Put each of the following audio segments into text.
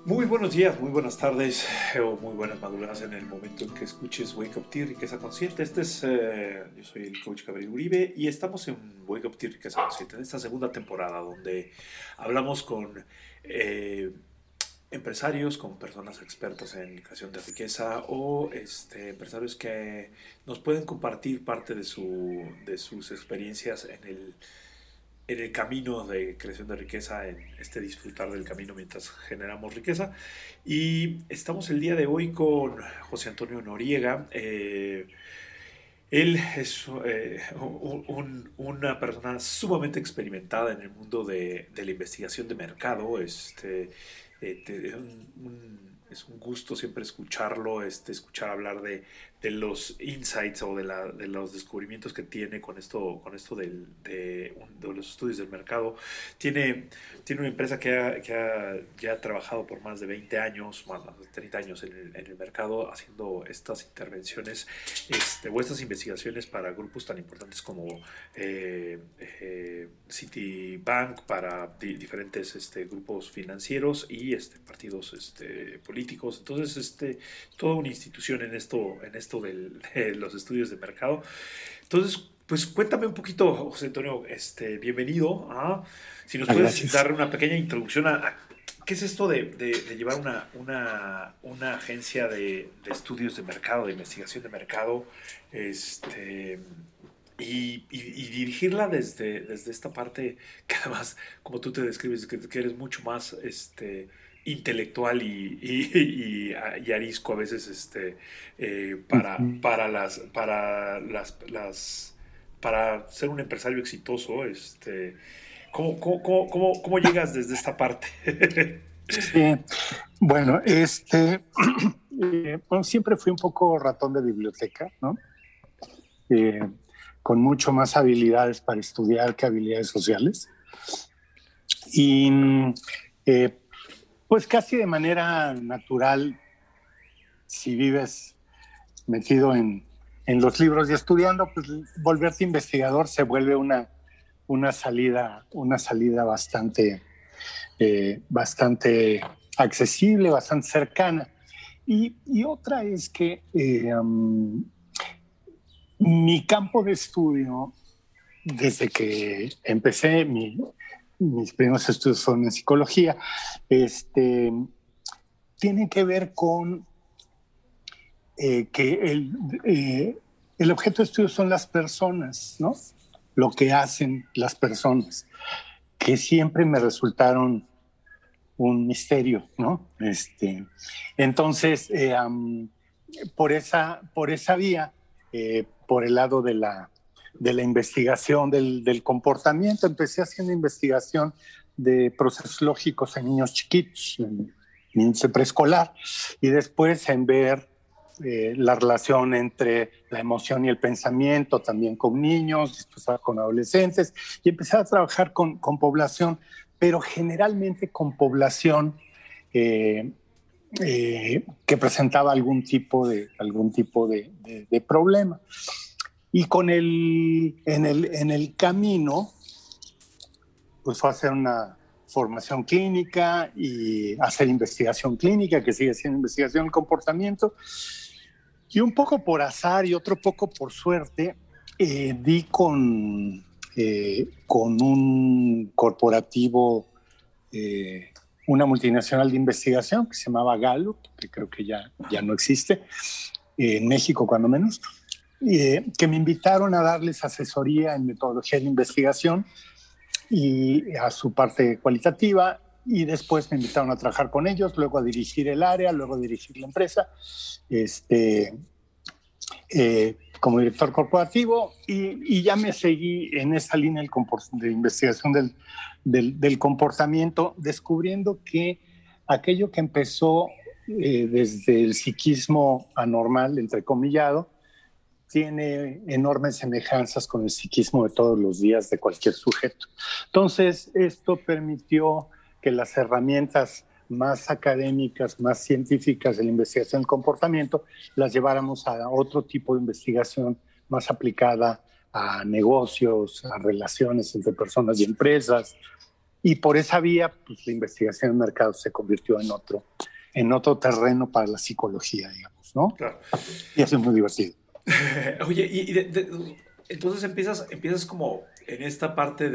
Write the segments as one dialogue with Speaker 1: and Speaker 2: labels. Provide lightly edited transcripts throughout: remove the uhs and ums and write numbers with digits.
Speaker 1: Muy buenos días, muy buenas tardes o muy buenas madrugadas en el momento en que escuches Wake Up Tea Riqueza Consciente. Yo soy el coach Gabriel Uribe y estamos en Wake Up Tea Riqueza Consciente en esta segunda temporada donde hablamos con eh, empresarios, con personas expertas en creación de riqueza o empresarios que nos pueden compartir parte de sus experiencias en el camino de creación de riqueza, en este disfrutar del camino mientras generamos riqueza. Y estamos el día de hoy con José Antonio Noriega. Él es una persona sumamente experimentada en el mundo de la investigación de mercado. Es un gusto siempre escucharlo, escuchar hablar de los insights o de los descubrimientos que tiene con esto de los estudios del mercado. Tiene una empresa que ya ha trabajado por más de 20 años, más de 30 años en el mercado, haciendo estas intervenciones o estas investigaciones para grupos tan importantes como Citibank, para diferentes grupos financieros y partidos políticos. Entonces, toda una institución en esto de los estudios de mercado. Entonces, pues cuéntame un poquito, José Antonio, bienvenido. Si nos puedes
Speaker 2: Gracias.
Speaker 1: dar una pequeña introducción a qué es esto de llevar una agencia de estudios de mercado, de investigación de mercado, y dirigirla desde esta parte que además, como tú te describes, que eres mucho más intelectual y arisco a veces
Speaker 2: Ujú.
Speaker 1: para ser un empresario exitoso. ¿Cómo llegas desde esta parte?
Speaker 2: Sí, bueno, bueno, siempre fui un poco ratón de biblioteca, ¿no? Eh, con mucho más habilidades para estudiar que habilidades sociales. Y eh, pues casi de manera natural, si vives metido en los libros y estudiando, pues volverte investigador se vuelve una salida bastante accesible, bastante cercana. Y otra es que mi campo de estudio, desde que empecé, mis primeros estudios fueron en psicología, este, tiene que ver con que el objeto de estudio son las personas, ¿no? Lo que hacen las personas, que siempre me resultaron un misterio, ¿no? Entonces, por esa vía, por el lado de la investigación del comportamiento, empecé haciendo investigación de procesos lógicos en niños chiquitos, en niños de preescolar, y después en ver la relación entre la emoción y el pensamiento, también con niños, después con adolescentes, y empecé a trabajar con población, pero generalmente con población eh, que presentaba algún tipo de problema. Y en el camino, pues fue a hacer una formación clínica y hacer investigación clínica, que sigue siendo investigación del comportamiento. Y un poco por azar y otro poco por suerte, di con un corporativo, una multinacional de investigación que se llamaba Gallup, que creo que ya no existe, en México cuando menos, que me invitaron a darles asesoría en metodología de investigación y a su parte cualitativa, y después me invitaron a trabajar con ellos, luego a dirigir el área, luego a dirigir la empresa, como director corporativo, y ya me seguí en esa línea de investigación del comportamiento, descubriendo que aquello que empezó desde el psiquismo anormal, entrecomillado, tiene enormes semejanzas con el psiquismo de todos los días de cualquier sujeto. Entonces, esto permitió que las herramientas más académicas, más científicas de la investigación del comportamiento, las lleváramos a otro tipo de investigación más aplicada a negocios, a relaciones entre personas y empresas, Y por esa vía, pues la investigación en mercado se convirtió en otro terreno para la psicología, digamos, ¿no?
Speaker 1: Claro.
Speaker 2: Y eso es muy divertido.
Speaker 1: Oye, entonces empiezas como en esta parte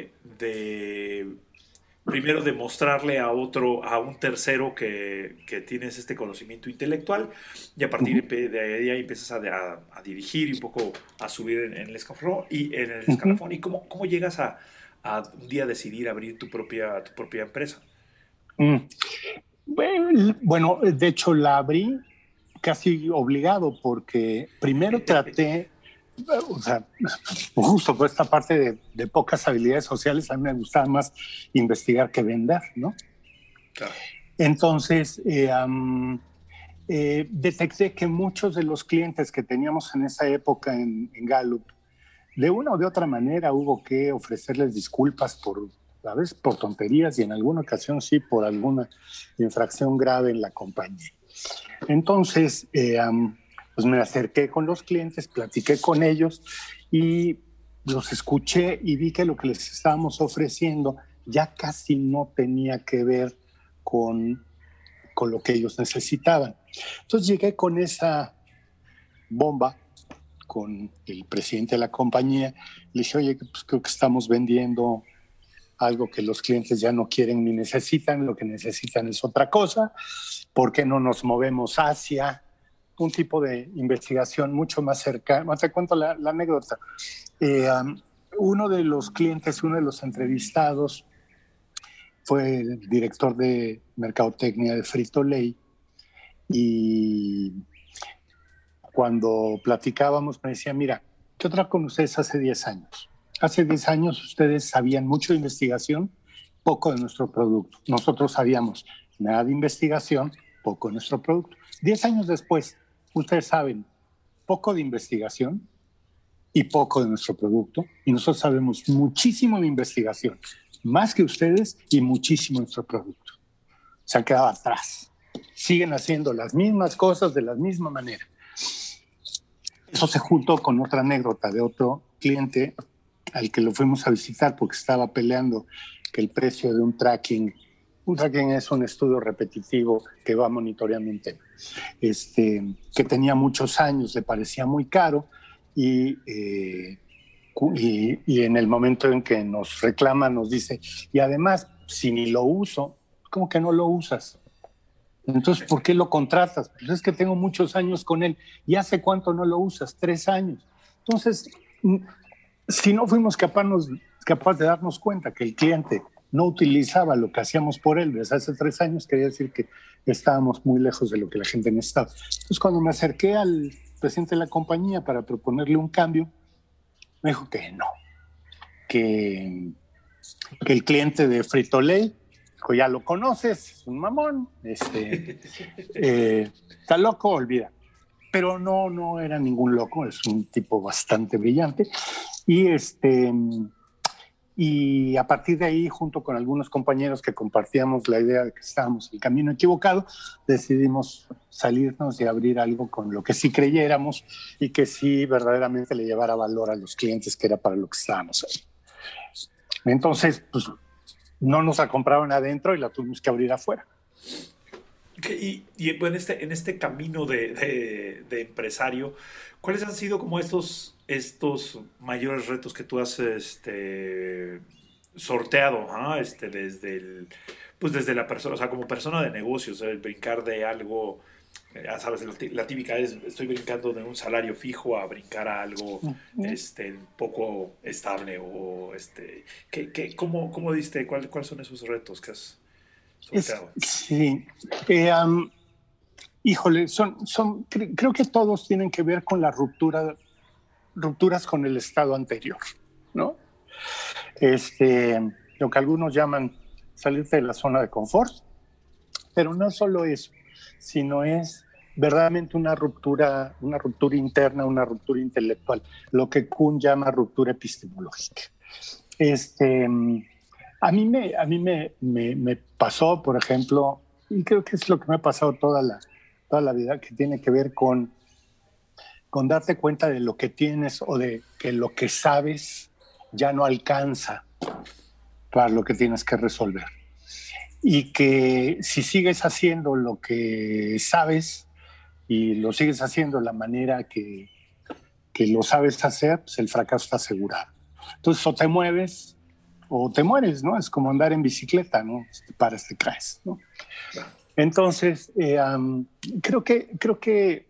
Speaker 1: primero de mostrarle a un tercero que tienes este conocimiento intelectual y a partir de ahí empiezas a dirigir y un poco a subir en el escalafón y cómo llegas a un día decidir abrir tu propia empresa.
Speaker 2: Mm. Bueno, de hecho la abrí casi obligado porque primero traté, o sea, justo por esta parte de pocas habilidades sociales, a mí me gustaba más investigar que vender, ¿no?
Speaker 1: Claro.
Speaker 2: Entonces, detecté que muchos de los clientes que teníamos en esa época en Gallup, de una o de otra manera hubo que ofrecerles disculpas a veces por tonterías y en alguna ocasión sí por alguna infracción grave en la compañía. Entonces, pues me acerqué con los clientes, platiqué con ellos y los escuché y vi que lo que les estábamos ofreciendo ya casi no tenía que ver con lo que ellos necesitaban. Entonces llegué con esa bomba con el presidente de la compañía, le dije, oye, pues creo que estamos vendiendo algo que los clientes ya no quieren ni necesitan, lo que necesitan es otra cosa, ¿por qué no nos movemos hacia un tipo de investigación mucho más cercana? Te cuento la anécdota. Uno de los clientes, uno de los entrevistados, fue el director de mercadotecnia de Frito-Lay y cuando platicábamos me decía, mira, ¿qué otra con ustedes hace 10 años? Hace 10 años ustedes sabían mucho de investigación, poco de nuestro producto. Nosotros sabíamos nada de investigación, poco de nuestro producto. 10 años después, ustedes saben poco de investigación y poco de nuestro producto. Y nosotros sabemos muchísimo de investigación, más que ustedes y muchísimo de nuestro producto. Se han quedado atrás. Siguen haciendo las mismas cosas de la misma manera. Eso se juntó con otra anécdota de otro cliente al que lo fuimos a visitar porque estaba peleando que el precio de un tracking es un estudio repetitivo que va monitoreando un tema, que tenía muchos años, le parecía muy caro y en el momento en que nos reclama nos dice, y además, si ni lo uso, ¿cómo que no lo usas? Entonces, ¿por qué lo contratas? Pues es que tengo muchos años con él. ¿Y hace cuánto no lo usas? 3 años. Entonces, si no fuimos capaz de darnos cuenta que el cliente no utilizaba lo que hacíamos por él desde hace 3 años, quería decir que estábamos muy lejos de lo que la gente necesitaba. Entonces, cuando me acerqué al presidente de la compañía para proponerle un cambio, me dijo que no, que el cliente de Frito-Lay, ya lo conoces, es un mamón, está loco, olvida. Pero no era ningún loco, es un tipo bastante brillante. Y a partir de ahí, junto con algunos compañeros que compartíamos la idea de que estábamos en el camino equivocado, decidimos salirnos y abrir algo con lo que sí creyéramos y que sí verdaderamente le llevara valor a los clientes, que era para lo que estábamos ahí. Entonces, pues no nos la compraron adentro y la tuvimos que abrir afuera.
Speaker 1: Y bueno, en este camino de empresario, ¿cuáles han sido como estos mayores retos que tú has sorteado, ¿ah? Desde la persona, o sea, como persona de negocios, brincar de algo, ya sabes, la típica es, estoy brincando de un salario fijo a brincar a algo poco estable ¿cómo diste, cuáles son esos retos que has sorteado?
Speaker 2: Sí. Híjole, creo que todos tienen que ver con rupturas con el estado anterior, ¿no? Lo que algunos llaman salirte de la zona de confort, pero no solo eso, sino es verdaderamente una ruptura interna, una ruptura intelectual, lo que Kuhn llama ruptura epistemológica. A mí me pasó, por ejemplo, y creo que es lo que me ha pasado toda la vida, que tiene que ver con darte cuenta de lo que tienes o de que lo que sabes ya no alcanza para lo que tienes que resolver. Y que si sigues haciendo lo que sabes y lo sigues haciendo de la manera que lo sabes hacer, pues el fracaso está asegurado. Entonces, o te mueves o te mueres, ¿no? Es como andar en bicicleta, ¿no? Si te paras, te caes, ¿no? Entonces, creo que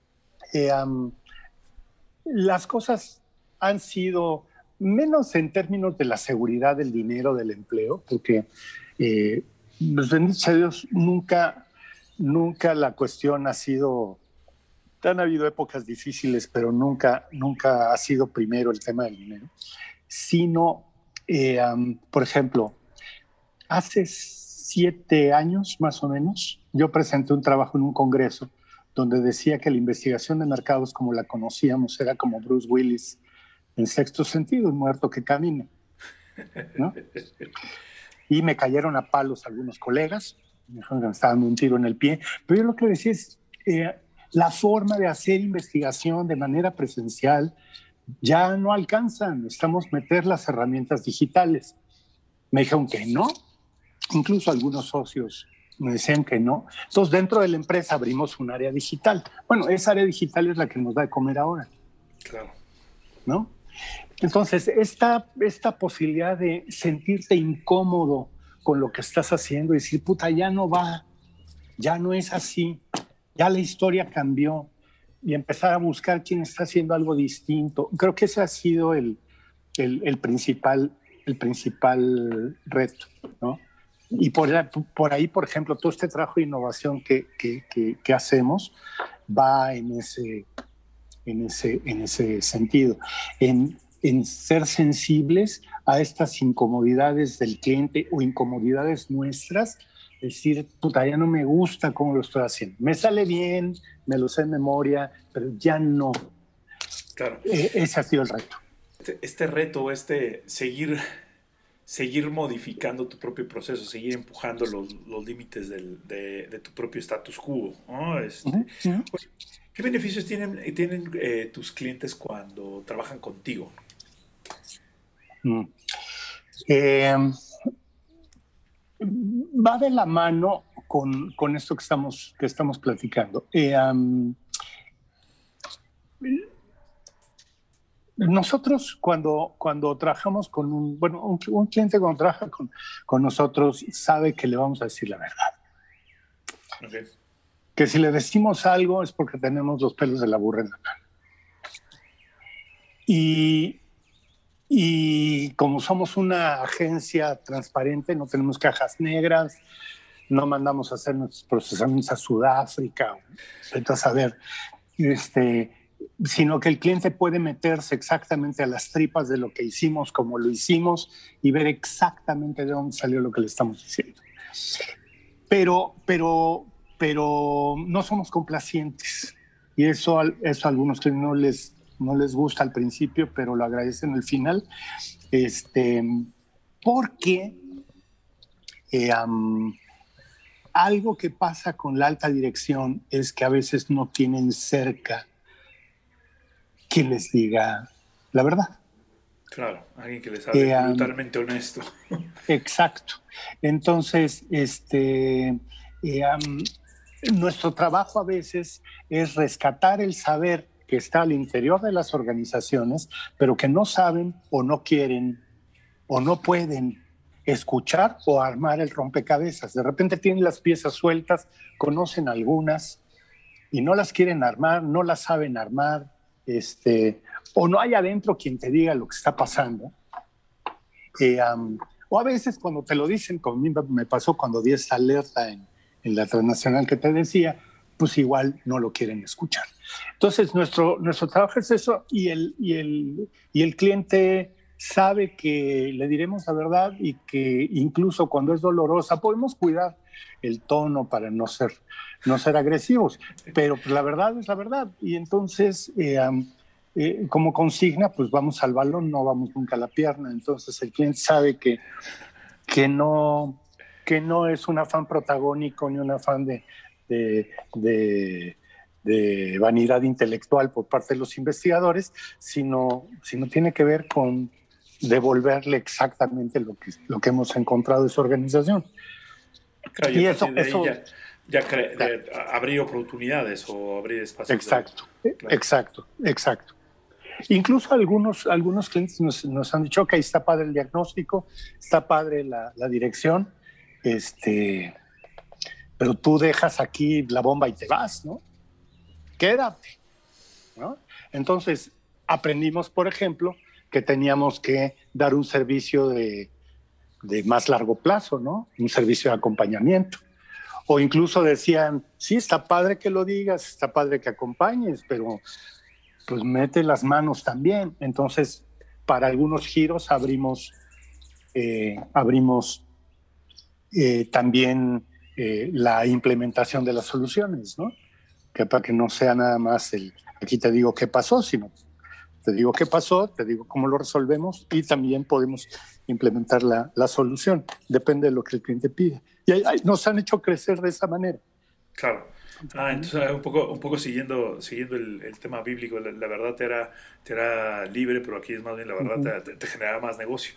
Speaker 2: las cosas han sido menos en términos de la seguridad del dinero, del empleo, porque, pues bendito sea Dios, nunca la cuestión ha sido. Han habido épocas difíciles, pero nunca ha sido primero el tema del dinero, sino, por ejemplo, hace 7 años más o menos, yo presenté un trabajo en un congreso donde decía que la investigación de mercados como la conocíamos era como Bruce Willis en Sexto Sentido, un muerto que camina, ¿no? Y me cayeron a palos algunos colegas, me dijeron que me estaban dando un tiro en el pie, pero yo lo que decía es, la forma de hacer investigación de manera presencial ya no alcanzan, necesitamos meter las herramientas digitales. Me dijeron que no, incluso algunos socios me decían que no. Entonces, dentro de la empresa abrimos un área digital. Bueno, esa área digital es la que nos da de comer ahora.
Speaker 1: Claro.
Speaker 2: ¿No? Entonces, esta posibilidad de sentirte incómodo con lo que estás haciendo y decir, puta, ya no va, ya no es así, ya la historia cambió, y empezar a buscar quién está haciendo algo distinto. Creo que ese ha sido el principal reto, ¿no? Y por ahí, por ejemplo, todo este trabajo de innovación que hacemos va en ese sentido, en ser sensibles a estas incomodidades del cliente o incomodidades nuestras, decir, puta, ya no me gusta cómo lo estoy haciendo. Me sale bien, me lo sé de memoria, pero ya no.
Speaker 1: Claro.
Speaker 2: Ese ha sido el reto.
Speaker 1: Este reto, seguir modificando tu propio proceso, seguir empujando los límites de tu propio status quo, ¿no? ¿Qué beneficios tienen tus clientes cuando trabajan contigo?
Speaker 2: Eh, Va de la mano con esto que estamos platicando. Nosotros cuando trabajamos con un cliente cuando trabaja con nosotros sabe que le vamos a decir la verdad.
Speaker 1: Okay.
Speaker 2: Que si le decimos algo es porque tenemos los pelos de la burra en la mano. Y como somos una agencia transparente, no tenemos cajas negras, no mandamos a hacer nuestros procesamientos a Sudáfrica, entonces a ver, sino que el cliente puede meterse exactamente a las tripas de lo que hicimos, como lo hicimos, y ver exactamente de dónde salió lo que le estamos diciendo. Pero no somos complacientes, y eso a algunos que no les gusta al principio, pero lo agradecen al final, porque algo que pasa con la alta dirección es que a veces no tienen cerca quien les diga la verdad.
Speaker 1: Claro, alguien que les hable brutalmente honesto.
Speaker 2: Exacto. Entonces, nuestro trabajo a veces es rescatar el saber que está al interior de las organizaciones, pero que no saben o no quieren o no pueden escuchar o armar el rompecabezas. De repente tienen las piezas sueltas, conocen algunas y no las quieren armar, no las saben armar, o no hay adentro quien te diga lo que está pasando. O a veces cuando te lo dicen, como a mí me pasó cuando di esta alerta en la transnacional que te decía, pues igual no lo quieren escuchar. Entonces nuestro trabajo es eso, y el cliente sabe que le diremos la verdad y que incluso cuando es dolorosa podemos cuidar el tono para no ser agresivos, pero la verdad es la verdad. Y entonces como consigna, pues vamos al balón, no vamos nunca a la pierna. Entonces el cliente sabe que no es un afán protagónico ni un afán de vanidad intelectual por parte de los investigadores, sino tiene que ver con devolverle exactamente lo que hemos encontrado de su organización.
Speaker 1: Claro, y a partir de ahí
Speaker 2: claro,
Speaker 1: abrir oportunidades o abrir espacios.
Speaker 2: Exacto,
Speaker 1: Claro.
Speaker 2: exacto. Incluso algunos clientes nos han dicho que está padre el diagnóstico, está padre la dirección, pero tú dejas aquí la bomba y te vas, ¿no? Quédate, ¿no? Entonces, aprendimos, por ejemplo, que teníamos que dar un servicio de más largo plazo, ¿no? Un servicio de acompañamiento. O incluso decían, sí, está padre que lo digas, está padre que acompañes, pero pues mete las manos también. Entonces, para algunos giros abrimos también la implementación de las soluciones, ¿no? Que para que no sea nada más aquí te digo qué pasó, sino te digo qué pasó, te digo cómo lo resolvemos y también podemos implementar la solución. Depende de lo que el cliente pide. Y nos han hecho crecer de esa manera.
Speaker 1: Claro. Entonces un poco siguiendo el tema bíblico, la verdad te era libre, pero aquí es más bien la verdad te genera más negocio.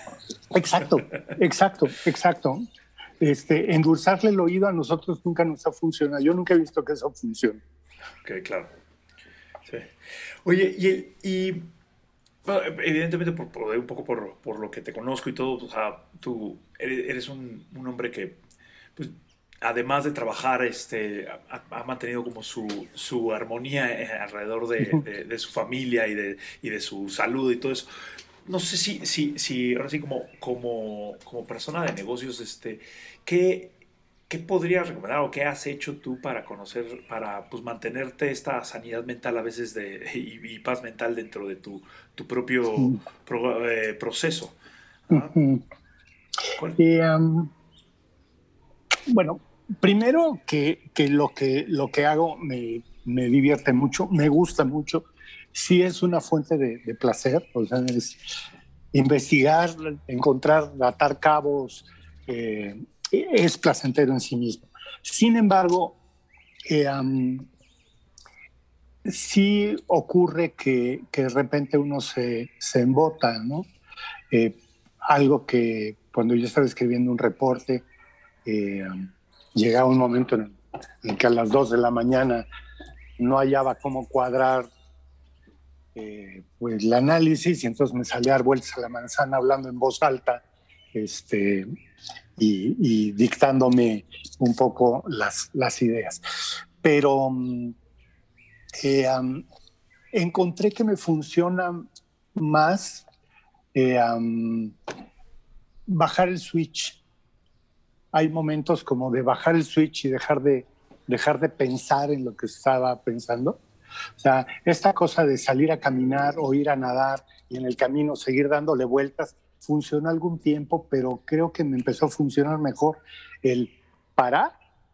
Speaker 2: Exacto. Endulzarle el oído a nosotros nunca nos ha funcionado. Yo nunca he visto que eso funcione.
Speaker 1: Ok, claro. Sí. Oye, bueno, evidentemente un poco por lo que te conozco y todo, o sea, tú eres un hombre que, pues, además de trabajar, ha mantenido como su armonía alrededor de su familia y de su salud y todo eso. No sé si ahora sí como persona de negocios, ¿qué, ¿qué podrías recomendar o qué has hecho tú para para pues, mantenerte esta sanidad mental a veces y paz mental dentro de tu propio proceso? ¿Ah? ¿Cuál?
Speaker 2: Bueno, primero que lo que hago me divierte mucho, me gusta mucho. Sí es una fuente de placer, o sea, es investigar, encontrar, atar cabos, es placentero en sí mismo. Sin embargo, sí ocurre que de repente uno se embota, ¿no? Eh, Algo que cuando yo estaba escribiendo un reporte, eh, llegaba un momento en el que a las 2 de la mañana no hallaba cómo cuadrar pues el análisis y entonces me salía a dar vueltas a la manzana hablando en voz alta y dictándome un poco las ideas. Pero encontré que me funciona más bajar el switch. Hay momentos como de bajar el switch y dejar de pensar en lo que estaba pensando. O sea, esta cosa de salir a caminar o ir a nadar y en el camino seguir dándole vueltas funcionó algún tiempo, pero creo que me empezó a funcionar mejor el parar,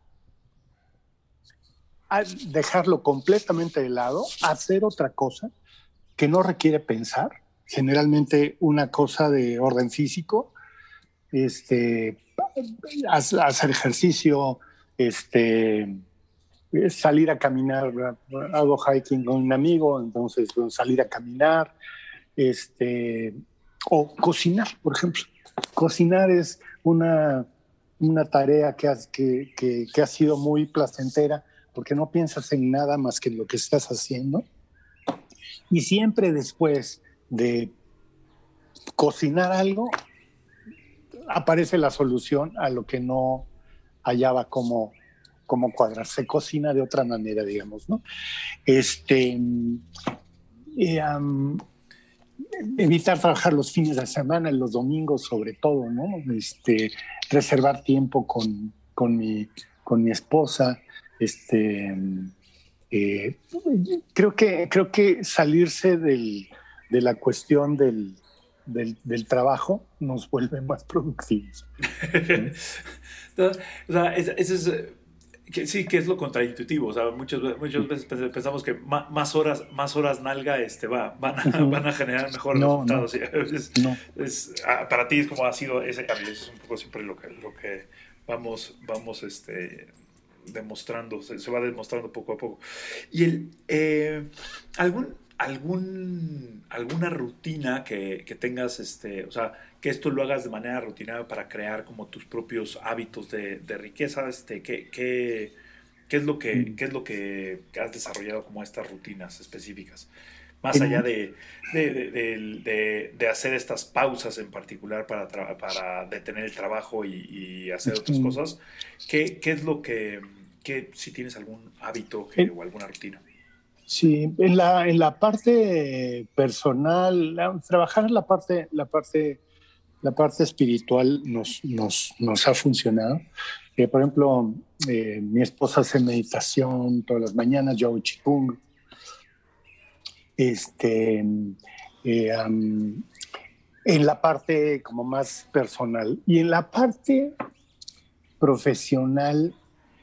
Speaker 2: dejarlo completamente de lado, hacer otra cosa que no requiere pensar, generalmente una cosa de orden físico, hacer ejercicio, salir a caminar, hago hiking con un amigo, entonces salir a caminar, o cocinar, por ejemplo. Cocinar es una tarea que ha sido muy placentera porque no piensas en nada más que en lo que estás haciendo. Y siempre después de cocinar algo, aparece la solución a lo que no hallaba cómo cuadrar. Se cocina de otra manera, digamos, ¿no? Eh, um, Evitar trabajar los fines de semana, los domingos sobre todo, ¿no? Reservar tiempo con mi esposa, eh, creo que salirse de la cuestión del trabajo nos vuelve más productivos.
Speaker 1: O sea, eso es, sí, que es lo contraintuitivo. O sea, muchas veces pensamos que más horas nalga van a generar mejores
Speaker 2: No,
Speaker 1: resultados. Y a veces
Speaker 2: no.
Speaker 1: para ti es como ha sido ese cambio. Eso es un poco siempre lo que vamos demostrando, se va demostrando poco a poco. Y alguna rutina que tengas, o sea, que esto lo hagas de manera rutinaria para crear como tus propios hábitos de riqueza, ¿qué es lo que has desarrollado como estas rutinas específicas? Más allá
Speaker 2: En-
Speaker 1: de hacer estas pausas en particular para detener el trabajo y hacer otras cosas, ¿qué es lo si tienes algún hábito
Speaker 2: en-
Speaker 1: o alguna rutina?
Speaker 2: sí, en la parte personal, trabajar en la parte espiritual nos ha funcionado. Por ejemplo, mi esposa hace meditación todas las mañanas, yo hago Qigong. Este, eh, um, en la parte como más personal. Y en la parte profesional,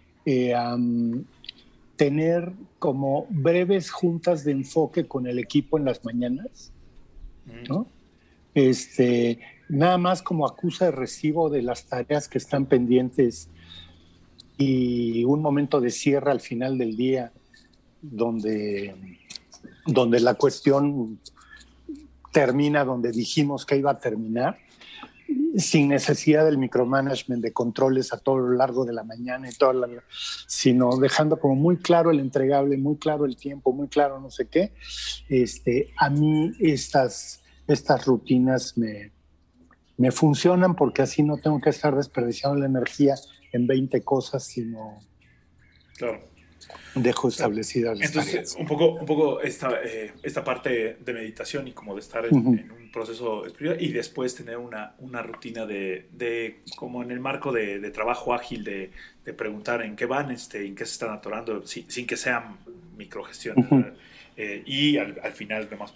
Speaker 2: tener como breves juntas de enfoque con el equipo en las mañanas,
Speaker 1: Mm,
Speaker 2: ¿no? Este, nada más como acusa de recibo de las tareas que están pendientes y un momento de cierre al final del día donde, donde la cuestión termina donde dijimos que iba a terminar, sin necesidad del micromanagement de controles a todo lo largo de la mañana sino dejando como muy claro el entregable, muy claro el tiempo, muy claro no sé qué. A mí estas rutinas me funcionan porque así no tengo que estar desperdiciando la energía en 20 cosas, sino
Speaker 1: claro.
Speaker 2: dejo
Speaker 1: Claro.
Speaker 2: establecidas las
Speaker 1: Entonces,
Speaker 2: tareas.
Speaker 1: un poco esta parte de meditación y como de estar
Speaker 2: Uh-huh.
Speaker 1: en un proceso espiritual y después tener una rutina como en el marco de trabajo ágil, de preguntar en qué van, en qué se están atorando, sin que sean microgestiones,
Speaker 2: Uh-huh.
Speaker 1: ¿verdad? Y al final, nomás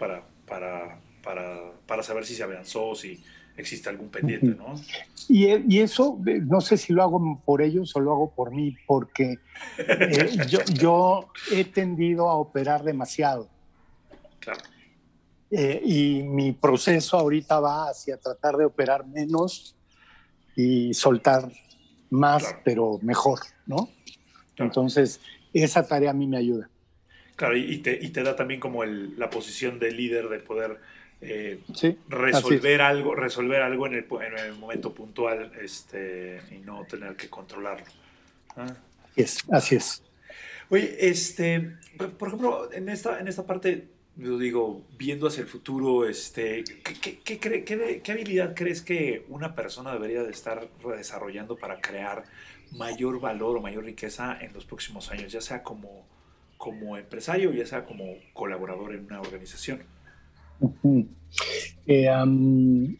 Speaker 1: para saber si se avanzó, si existe algún pendiente,
Speaker 2: Uh-huh.
Speaker 1: ¿no?
Speaker 2: Y eso, no sé si lo hago por ellos o lo hago por mí, porque yo he tendido a operar demasiado.
Speaker 1: Claro,
Speaker 2: Y mi proceso ahorita va hacia tratar de operar menos y soltar más,
Speaker 1: claro,
Speaker 2: pero mejor, ¿no?
Speaker 1: claro.
Speaker 2: Entonces, esa tarea a mí me ayuda.
Speaker 1: Claro, y te da también como la posición de líder de poder eh,
Speaker 2: Sí, así es.
Speaker 1: resolver algo en el momento puntual, y no tener que controlarlo. Ah.
Speaker 2: Así es, así es.
Speaker 1: Oye, por ejemplo, en esta parte, yo digo, viendo hacia el futuro, ¿qué habilidad crees que una persona debería de estar desarrollando para crear mayor valor o mayor riqueza en los próximos años, ya sea como empresario, ya sea como colaborador en una organización?
Speaker 2: Uh-huh. Eh, um,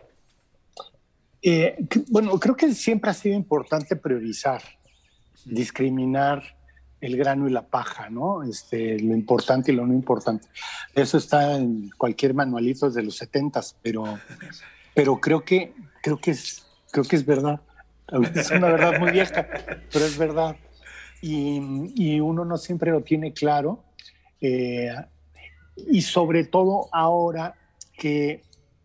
Speaker 2: bueno, creo que siempre ha sido importante priorizar, discriminar el grano y la paja, ¿no? Lo importante y lo no importante. Eso está en cualquier manualito de los 70s, pero creo que es verdad. Es una verdad muy vieja, pero es verdad. Y uno no siempre lo tiene claro. Eh, y sobre todo ahora que,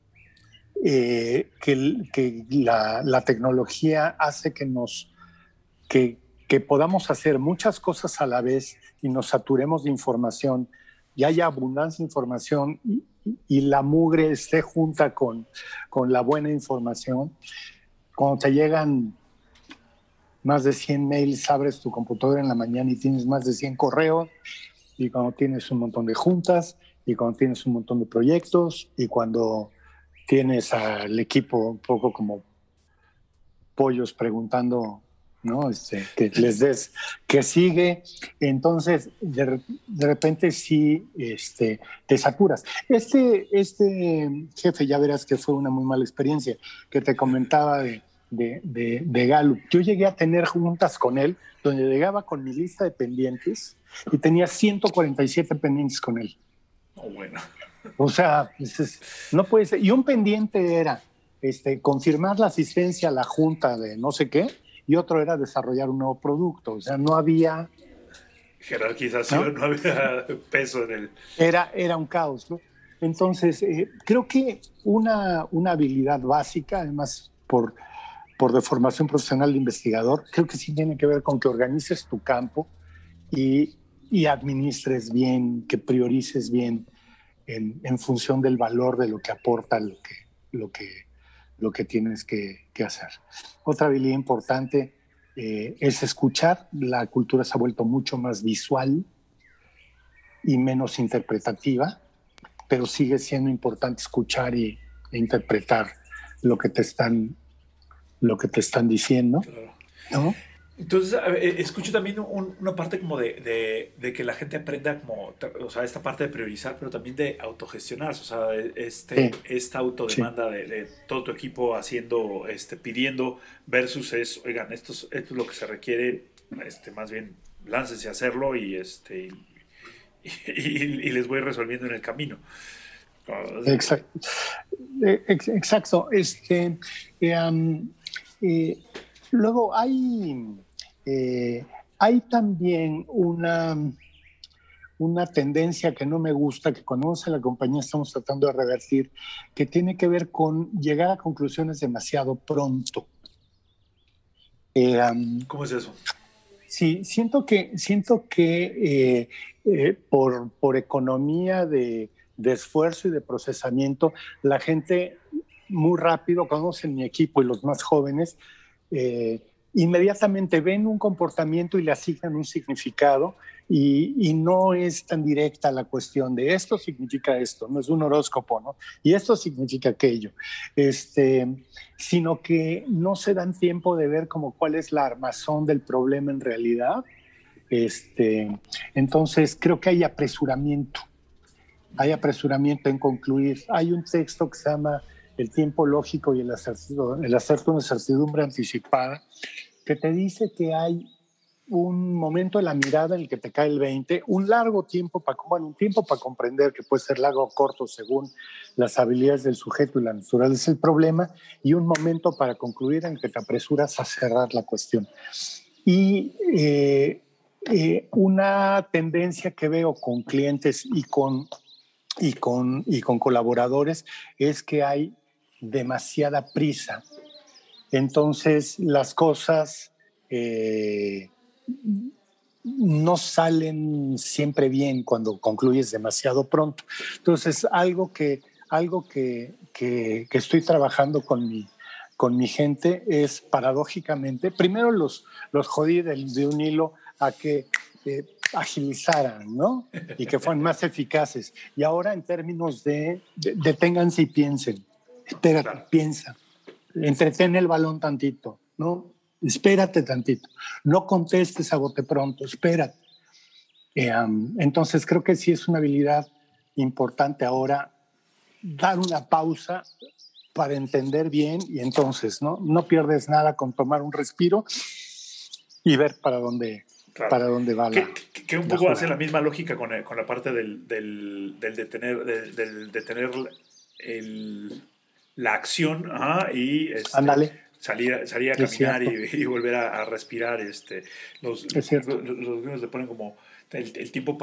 Speaker 2: que la tecnología hace que, que podamos hacer muchas cosas a la vez y nos saturemos de información y haya abundancia de información y la mugre esté junta con la buena información. Cuando te llegan más de 100 mails, abres tu computadora en la mañana y tienes más de 100 correos, y cuando tienes un montón de juntas, y cuando tienes un montón de proyectos, y cuando tienes al equipo un poco como pollos preguntando, ¿no? Que les des, que sigue. Entonces, de repente sí, te saturas. Este jefe, ya verás que fue una muy mala experiencia, que te comentaba de Gallup. Yo llegué a tener juntas con él, donde llegaba con mi lista de pendientes y tenía 147 pendientes con él.
Speaker 1: Oh, bueno.
Speaker 2: O sea, no puede ser. Y un pendiente era confirmar la asistencia a la junta de no sé qué, y otro era desarrollar un nuevo producto. O sea, no había, ¿no?
Speaker 1: Jerarquización, no había peso en el...
Speaker 2: Era un caos, ¿no? Entonces, creo que una habilidad básica, además por de formación profesional de investigador, creo que sí tiene que ver con que organices tu campo y, y administres bien, que priorices bien. en función del valor de lo que aporta lo que, lo que tienes que hacer. Otra habilidad importante es escuchar. La cultura se ha vuelto mucho más visual y menos interpretativa, pero sigue siendo importante escuchar e interpretar lo que te están, lo que te están diciendo,
Speaker 1: Claro.
Speaker 2: ¿no?
Speaker 1: Entonces, escucho también una parte como de que la gente aprenda como, o sea, esta parte de priorizar, pero también de autogestionarse, o sea,
Speaker 2: Sí,
Speaker 1: esta
Speaker 2: sí.
Speaker 1: autodemanda de todo tu equipo haciendo, pidiendo versus oigan, esto es lo que se requiere, más bien, láncense a hacerlo y les voy resolviendo en el camino.
Speaker 2: Exacto. Exacto. Eh, luego hay también una tendencia que no me gusta, que cuando vamos a la compañía estamos tratando de revertir, que tiene que ver con llegar a conclusiones demasiado pronto. Eh, um,
Speaker 1: ¿Cómo es eso?
Speaker 2: sí, siento que por economía de esfuerzo y de procesamiento, la gente muy rápido, conocen mi equipo y los más jóvenes, inmediatamente ven un comportamiento y le asignan un significado y no es tan directa la cuestión de esto significa esto, no es un horóscopo, ¿no? Y esto significa aquello, sino que no se dan tiempo de ver como cuál es la armazón del problema en realidad. Entonces creo que hay apresuramiento en concluir. Hay un texto que se llama El tiempo lógico y el hacer una certidumbre anticipada, que te dice que hay un momento de la mirada en el que te cae el 20, un largo tiempo bueno, un tiempo para comprender, que puede ser largo o corto según las habilidades del sujeto y la naturaleza del problema, y un momento para concluir en el que te apresuras a cerrar la cuestión. Y una tendencia que veo con clientes y con colaboradores es que hay demasiada prisa. Entonces las cosas no salen siempre bien cuando concluyes demasiado pronto. Entonces algo que estoy trabajando con mi gente es paradójicamente, primero los jodí de un hilo a que agilizaran, ¿no? Y que fueran más eficaces. Y ahora en términos de deténganse y piensen. Espérate,
Speaker 1: Claro.
Speaker 2: piensa. Entretén el balón tantito, ¿no? Espérate tantito. No contestes a bote pronto, espérate. Entonces creo que sí es una habilidad importante ahora dar una pausa para entender bien y entonces no pierdes nada con tomar un respiro y ver
Speaker 1: Claro.
Speaker 2: para dónde va
Speaker 1: Que un
Speaker 2: la
Speaker 1: poco hace
Speaker 2: jugada.
Speaker 1: la misma lógica con la parte del detener la acción, ajá, y
Speaker 2: Ándale,
Speaker 1: salir a
Speaker 2: es
Speaker 1: caminar
Speaker 2: cierto,
Speaker 1: y volver a respirar.
Speaker 2: es cierto.
Speaker 1: Los gringos le ponen como el tiempo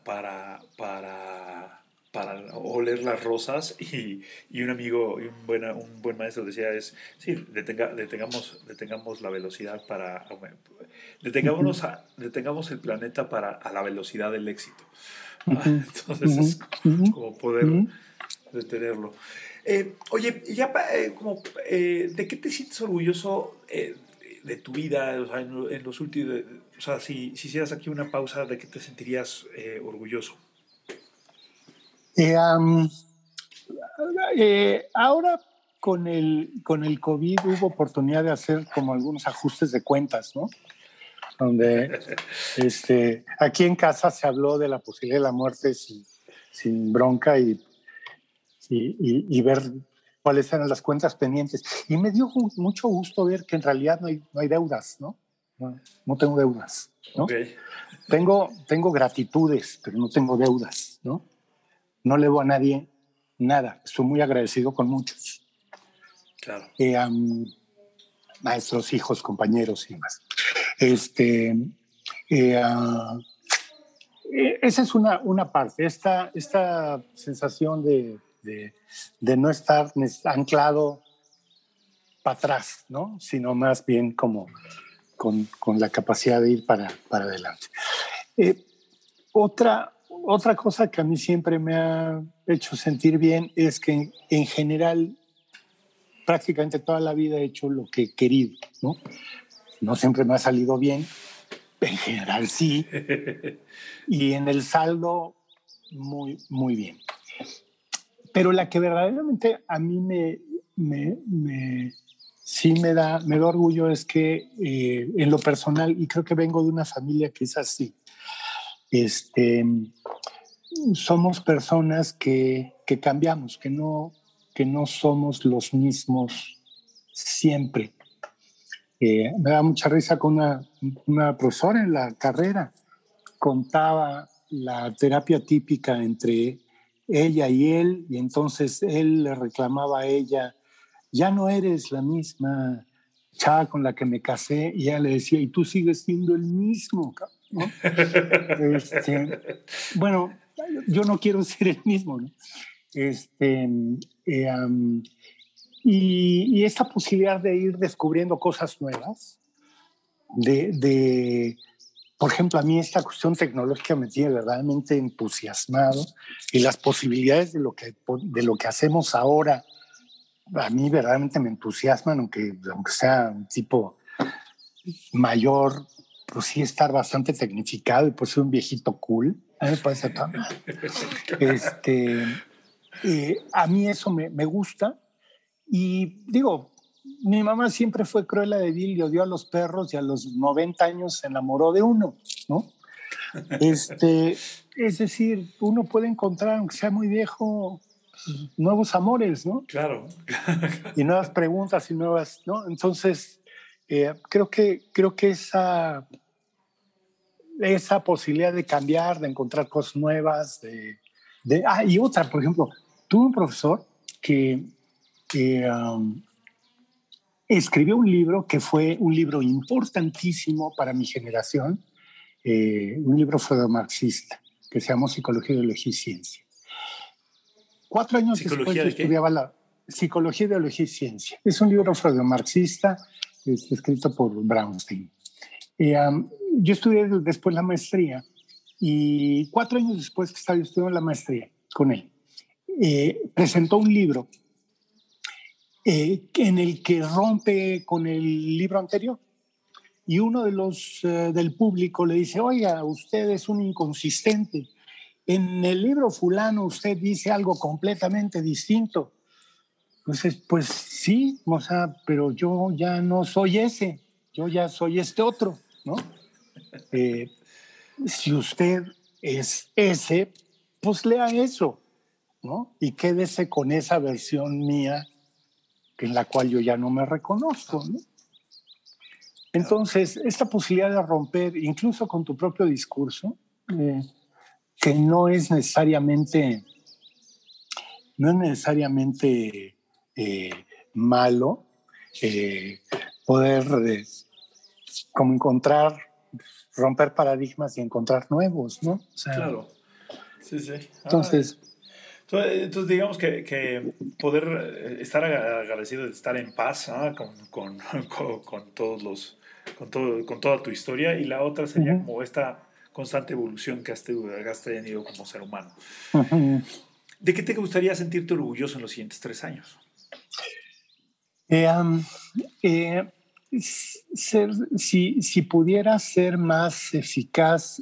Speaker 1: para oler las rosas y un amigo y un buen maestro decía sí, detengamos la velocidad
Speaker 2: Uh-huh,
Speaker 1: detengamos el planeta a la velocidad del éxito.
Speaker 2: uh-huh,
Speaker 1: Entonces
Speaker 2: uh-huh,
Speaker 1: es
Speaker 2: uh-huh,
Speaker 1: como poder
Speaker 2: uh-huh.
Speaker 1: detenerlo. Oye, ya ¿de qué te sientes orgulloso de tu vida? O sea, en los últimos, o sea, si hicieras aquí una pausa, ¿de qué te sentirías orgulloso?
Speaker 2: Eh, um, ahora con el COVID hubo oportunidad de hacer como algunos ajustes de cuentas, ¿no? Donde aquí en casa se habló de la posibilidad de la muerte sin bronca y ver cuáles eran las cuentas pendientes. Y me dio mucho gusto ver que en realidad no hay deudas, ¿no? No tengo deudas,
Speaker 1: Ok,
Speaker 2: ¿no? Tengo gratitudes, pero no tengo deudas, ¿no? No le debo a nadie nada. Estoy muy agradecido con muchos.
Speaker 1: claro.
Speaker 2: Maestros, hijos, compañeros y demás. Este, eh, uh, Esa es una parte, esta sensación de no estar anclado para atrás, ¿no? Sino más bien como con la capacidad de ir para adelante. Eh, otra, otra cosa que a mí siempre me ha hecho sentir bien es que en general prácticamente toda la vida he hecho lo que he querido, ¿no? No siempre me ha salido bien, en general sí, y en el saldo muy, muy bien. Pero la que verdaderamente a mí sí me da orgullo es que en lo personal, y creo que vengo de una familia que es así, este, somos personas que cambiamos, que no somos los mismos siempre. Me da mucha risa con una profesora en la carrera, contaba la terapia típica entre ella y él, y entonces él le reclamaba a ella, ya no eres la misma chava con la que me casé, y ella le decía, y tú sigues siendo el mismo, ¿no? Bueno, yo no quiero ser el mismo, ¿no? Este, y esta posibilidad de ir descubriendo cosas nuevas, de, por ejemplo, a mí esta cuestión tecnológica me tiene verdaderamente entusiasmado y las posibilidades de lo que hacemos ahora a mí verdaderamente me entusiasman, aunque sea un tipo mayor, pues sí estar bastante tecnificado y pues ser un viejito cool. A mí me parece tan... a mí eso me gusta y digo, mi mamá siempre fue cruela de vil y odió a los perros y a los 90 años se enamoró de uno, ¿no? Es decir, uno puede encontrar, aunque sea muy viejo, nuevos amores, ¿no?
Speaker 1: Claro.
Speaker 2: Y nuevas preguntas y nuevas, ¿no? Entonces, creo que esa posibilidad de cambiar, de encontrar cosas nuevas, y otra, por ejemplo, tuve un profesor que escribió un libro que fue un libro importantísimo para mi generación, un libro freudomarxista que se llamó Psicología, Ideología y Ciencia. 4 años después
Speaker 1: ¿Psicología
Speaker 2: yo
Speaker 1: de qué?
Speaker 2: estudiaba la Psicología, Ideología y Ciencia. Es un libro freudomarxista escrito por Brownstein. Yo estudié después la maestría y 4 años después que estaba estudiando la maestría con él, presentó un libro en el que rompe con el libro anterior. Y uno de los del público le dice, oiga, usted es un inconsistente. En el libro fulano usted dice algo completamente distinto. Entonces, pues sí, o sea, pero yo ya no soy ese, yo ya soy este otro, ¿no? Eh, si usted es ese, pues lea eso, ¿no? Y quédese con esa versión mía en la cual yo ya no me reconozco, ¿no? Entonces, esta posibilidad de romper, incluso con tu propio discurso, que no es necesariamente malo, eh, poder como encontrar, romper paradigmas y encontrar nuevos, ¿no? O sea,
Speaker 1: Claro. Sí, sí.
Speaker 2: entonces,
Speaker 1: Entonces digamos que poder estar agradecido de estar en paz, ¿ah? Con todos con toda tu historia, y la otra sería
Speaker 2: uh-huh,
Speaker 1: como esta constante evolución que has tenido como ser humano.
Speaker 2: uh-huh.
Speaker 1: ¿De qué te gustaría sentirte orgulloso en los siguientes 3 años?
Speaker 2: Eh, um, eh, si pudiera ser más eficaz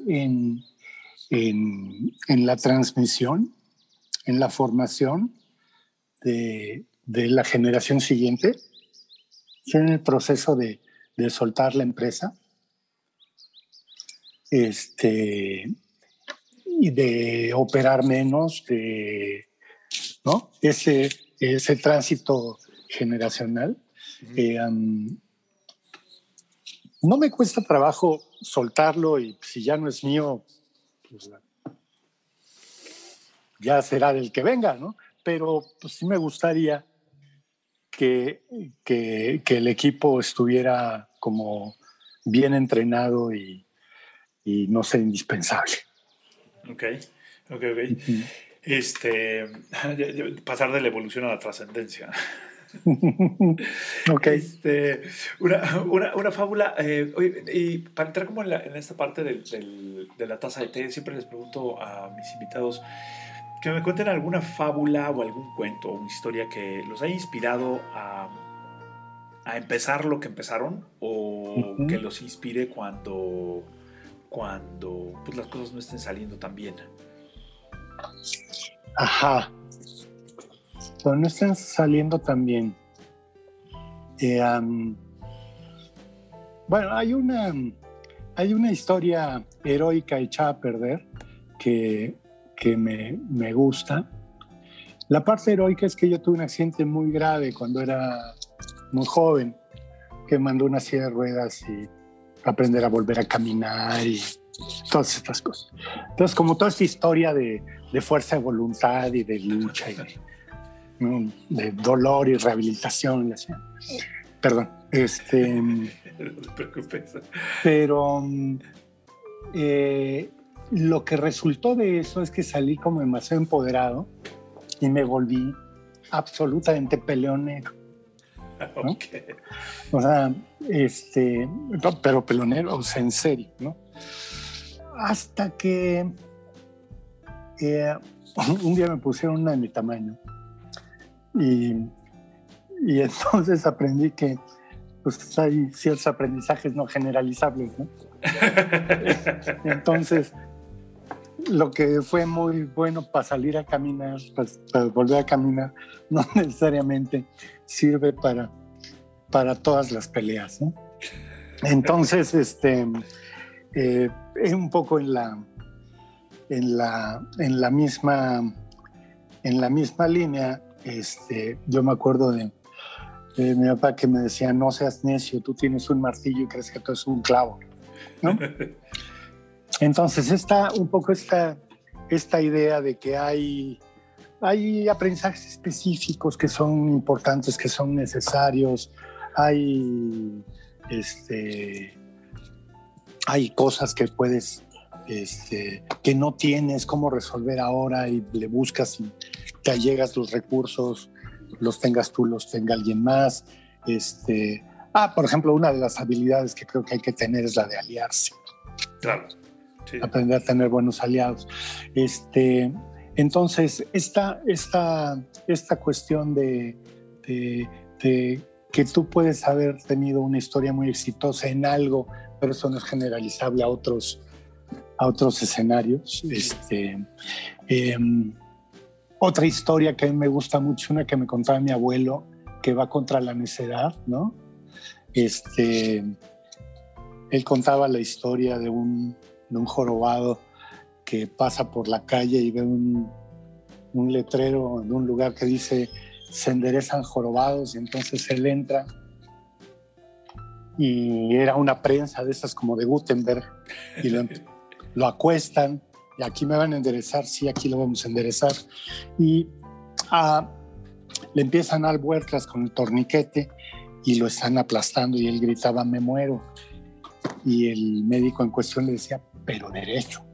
Speaker 2: en la transmisión, en la formación de la generación siguiente, en el proceso de soltar la empresa, y de operar menos, ¿no? Ese tránsito generacional. No me cuesta trabajo soltarlo y si ya no es mío, pues ya será del que venga, ¿no? Pero pues, sí me gustaría que, que el equipo estuviera como bien entrenado y no ser indispensable.
Speaker 1: Ok, ok.
Speaker 2: Uh-huh.
Speaker 1: Este, pasar de la evolución a la trascendencia.
Speaker 2: Ok.
Speaker 1: Una fábula. Oye, y para entrar como en esta parte de la taza de té, siempre les pregunto a mis invitados que me cuenten alguna fábula o algún cuento o una historia que los haya inspirado a empezar lo que empezaron o que los inspire cuando pues, las cosas no estén saliendo tan bien.
Speaker 2: Ajá. Cuando no estén saliendo tan bien. Bueno, hay una historia heroica echada a perder que me gusta. La parte heroica es que yo tuve un accidente muy grave cuando era muy joven, que mandó una silla de ruedas y aprender a volver a caminar y todas estas cosas. Entonces, como toda esta historia de fuerza de voluntad y de lucha y de dolor y rehabilitación, perdón,
Speaker 1: No te preocupes.
Speaker 2: pero lo que resultó de eso es que salí como demasiado empoderado y me volví absolutamente peleonero, ¿no?
Speaker 1: Okay.
Speaker 2: O sea, pero peleonero, o sea, en serio, ¿no? Hasta que un día me pusieron una de mi tamaño y entonces aprendí que pues hay ciertos aprendizajes no generalizables, ¿no? Entonces, lo que fue muy bueno para salir a caminar, para volver a caminar, no necesariamente sirve para todas las peleas, ¿no? Entonces, un poco en la misma línea, yo me acuerdo de mi papá que me decía, no seas necio, tú tienes un martillo y crees que tú es un clavo, ¿no? Entonces está un poco esta idea de que hay aprendizajes específicos que son importantes, que son necesarios, hay cosas que puedes, que no tienes cómo resolver ahora y le buscas y te allegas los recursos, los tengas tú, los tenga alguien más. Por ejemplo, una de las habilidades que creo que hay que tener es la de aliarse.
Speaker 1: Claro. Sí.
Speaker 2: Aprender a tener buenos aliados. Entonces, esta cuestión de que tú puedes haber tenido una historia muy exitosa en algo, pero eso no es generalizable a otros escenarios. Otra historia que a mí me gusta mucho, una que me contaba mi abuelo, que va contra la necedad, ¿no? Él contaba la historia de un jorobado que pasa por la calle y ve un letrero en un lugar que dice se enderezan jorobados, y entonces él entra y era una prensa de esas como de Gutenberg y lo acuestan y aquí me van a enderezar, sí, aquí lo vamos a enderezar, y le empiezan a dar vueltas con el torniquete y lo están aplastando y él gritaba me muero, y el médico en cuestión le decía pero derecho.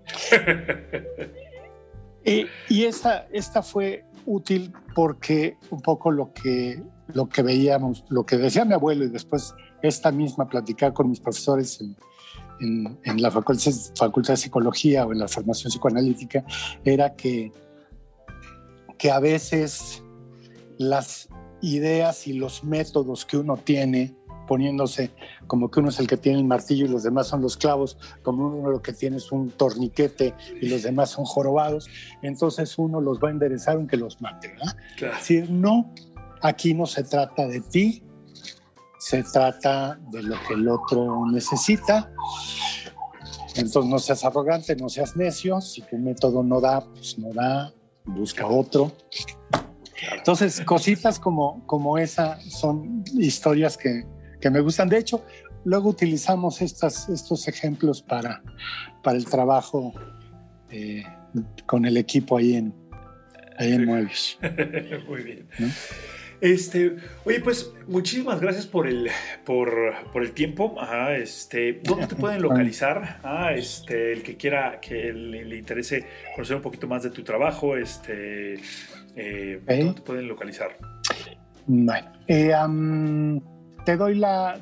Speaker 2: Y esta fue útil porque un poco lo que veíamos, lo que decía mi abuelo, y después esta misma platicar con mis profesores en la facultad de psicología o en la formación psicoanalítica, era que a veces las ideas y los métodos que uno tiene, poniéndose como que uno es el que tiene el martillo y los demás son los clavos, como uno lo que tiene es un torniquete y los demás son jorobados, entonces uno los va a enderezar aunque los mate, ¿verdad?
Speaker 1: Claro.
Speaker 2: Es decir, no, aquí no se trata de ti, se trata de lo que el otro necesita. Entonces no seas arrogante, no seas necio, si tu método no da, pues no da, busca otro. Entonces, cositas como esa son historias que me gustan. De hecho, luego utilizamos estos ejemplos para el trabajo con el equipo ahí en Moebius.
Speaker 1: Muy bien.
Speaker 2: ¿No?
Speaker 1: Oye, pues muchísimas gracias por el tiempo. Ajá, ¿dónde te pueden localizar? El que quiera, que le interese conocer un poquito más de tu trabajo, ¿dónde te pueden localizar?
Speaker 2: Bueno, te doy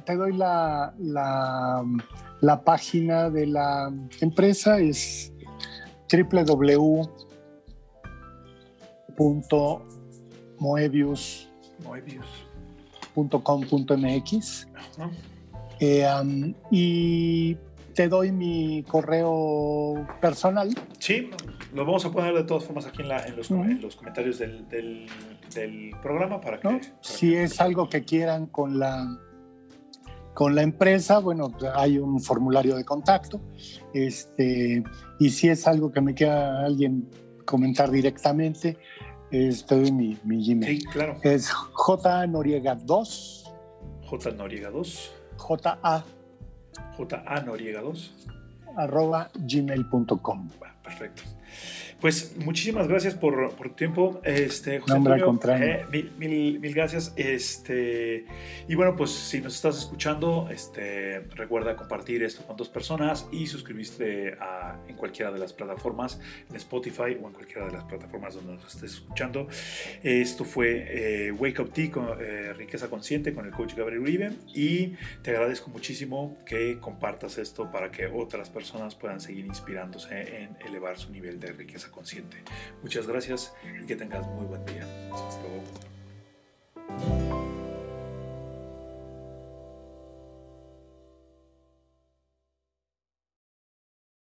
Speaker 2: la página de la empresa, es www.moebius.com.mx.
Speaker 1: ¿No?
Speaker 2: Y te doy mi correo personal.
Speaker 1: Sí, lo vamos a poner de todas formas aquí en los comentarios del programa para que...
Speaker 2: ¿No? Si es algo que quieran con la empresa, bueno, hay un formulario de contacto. Y si es algo que me quiera alguien comentar directamente, te doy mi Gmail.
Speaker 1: Sí, claro.
Speaker 2: Es jnoriega2.
Speaker 1: jnoriega2.
Speaker 2: JA
Speaker 1: Noriega2.
Speaker 2: @gmail.com.
Speaker 1: Perfecto. Pues muchísimas gracias por tu tiempo, José
Speaker 2: Antonio.
Speaker 1: Mil gracias. Y bueno, pues si nos estás escuchando, recuerda compartir esto con 2 personas y suscribirte en cualquiera de las plataformas, en Spotify o en cualquiera de las plataformas donde nos estés escuchando. Esto fue Wake Up Tea con Riqueza Consciente con el coach Gabriel Uribe, y te agradezco muchísimo que compartas esto para que otras personas puedan seguir inspirándose en elevar su nivel de riqueza consciente. Muchas gracias y que tengas muy buen día. Hasta luego.